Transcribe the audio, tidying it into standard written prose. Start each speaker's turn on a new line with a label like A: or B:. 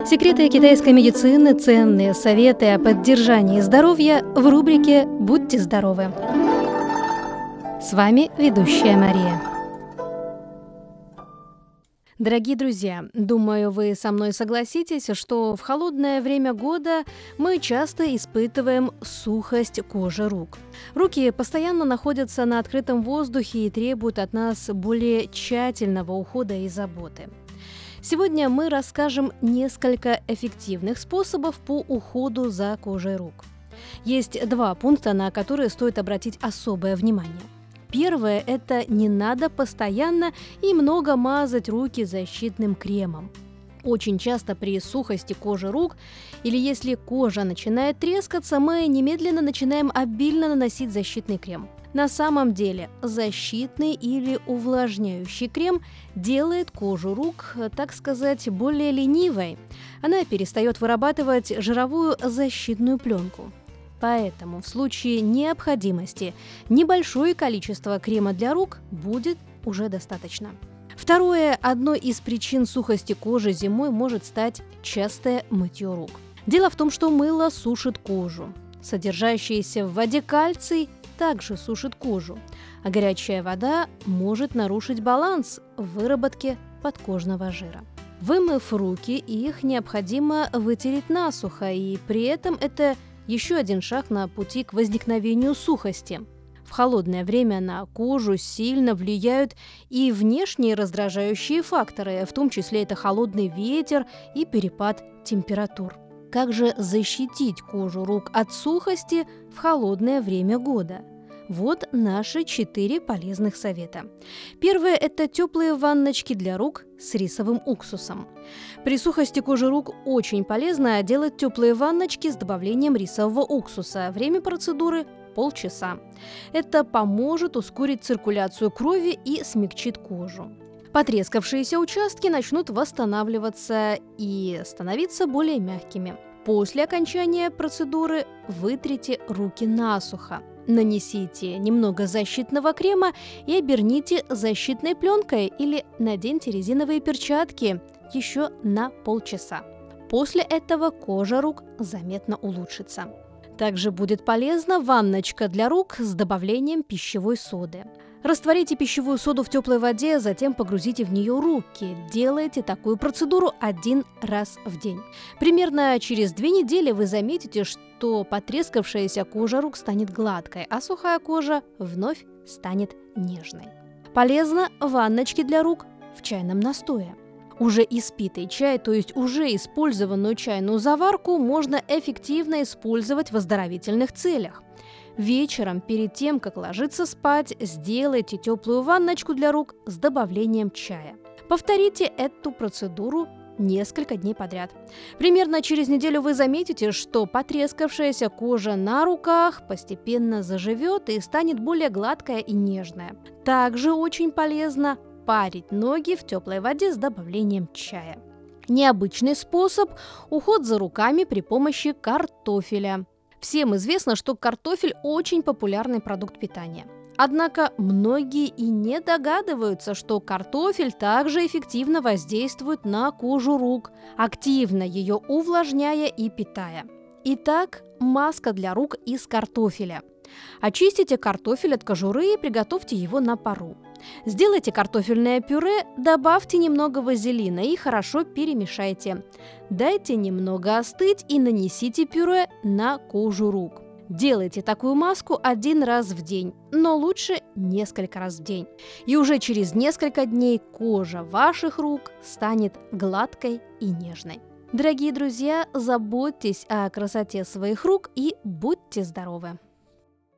A: Секреты китайской медицины, ценные советы о поддержании здоровья в рубрике «Будьте здоровы». С вами ведущая Мария. Дорогие друзья, думаю, вы со мной согласитесь, что в холодное время года мы часто испытываем сухость кожи рук. Руки постоянно находятся на открытом воздухе и требуют от нас более тщательного ухода и заботы. Сегодня мы расскажем несколько эффективных способов по уходу за кожей рук. Есть два пункта, на которые стоит обратить особое внимание. Первое – это не надо постоянно и много мазать руки защитным кремом. Очень часто при сухости кожи рук или если кожа начинает трескаться, мы немедленно начинаем обильно наносить защитный крем. На самом деле защитный или увлажняющий крем делает кожу рук, так сказать, более ленивой. Она перестает вырабатывать жировую защитную пленку. Поэтому в случае необходимости небольшое количество крема для рук будет уже достаточно. Второе, одной из причин сухости кожи зимой может стать частое мытье рук. Дело в том, что мыло сушит кожу. Содержащийся в воде кальций также сушит кожу, а горячая вода может нарушить баланс в выработке подкожного жира. Вымыв руки, их необходимо вытереть насухо, и при этом это еще один шаг на пути к возникновению сухости. В холодное время на кожу сильно влияют и внешние раздражающие факторы, в том числе это холодный ветер и перепад температур. Как же защитить кожу рук от сухости в холодное время года? Вот наши 4 полезных совета. Первое – это теплые ванночки для рук с рисовым уксусом. При сухости кожи рук очень полезно делать теплые ванночки с добавлением рисового уксуса. Время процедуры – полчаса. Это поможет ускорить циркуляцию крови и смягчит кожу. Потрескавшиеся участки начнут восстанавливаться и становиться более мягкими. После окончания процедуры вытрите руки насухо. Нанесите немного защитного крема и оберните защитной пленкой или наденьте резиновые перчатки еще на полчаса. После этого кожа рук заметно улучшится. Также будет полезна ванночка для рук с добавлением пищевой соды. Растворите пищевую соду в теплой воде, затем погрузите в нее руки. Делайте такую процедуру 1 раз в день. Примерно через 2 недели вы заметите, что потрескавшаяся кожа рук станет гладкой, а сухая кожа вновь станет нежной. Полезно ванночки для рук в чайном настое. Уже испитый чай, то есть уже использованную чайную заварку, можно эффективно использовать в оздоровительных целях. Вечером, перед тем, как ложиться спать, сделайте теплую ванночку для рук с добавлением чая. Повторите эту процедуру несколько дней подряд. Примерно через неделю вы заметите, что потрескавшаяся кожа на руках постепенно заживет и станет более гладкая и нежная. Также очень полезно парить ноги в теплой воде с добавлением чая. Необычный способ – уход за руками при помощи картофеля. Всем известно, что картофель очень популярный продукт питания. Однако многие и не догадываются, что картофель также эффективно воздействует на кожу рук, активно ее увлажняя и питая. Итак, маска для рук из картофеля. Очистите картофель от кожуры и приготовьте его на пару. Сделайте картофельное пюре, добавьте немного вазелина и хорошо перемешайте. Дайте немного остыть и нанесите пюре на кожу рук. Делайте такую маску 1 раз в день, но лучше несколько раз в день. И уже через несколько дней кожа ваших рук станет гладкой и нежной. Дорогие друзья, заботьтесь о красоте своих рук и будьте здоровы!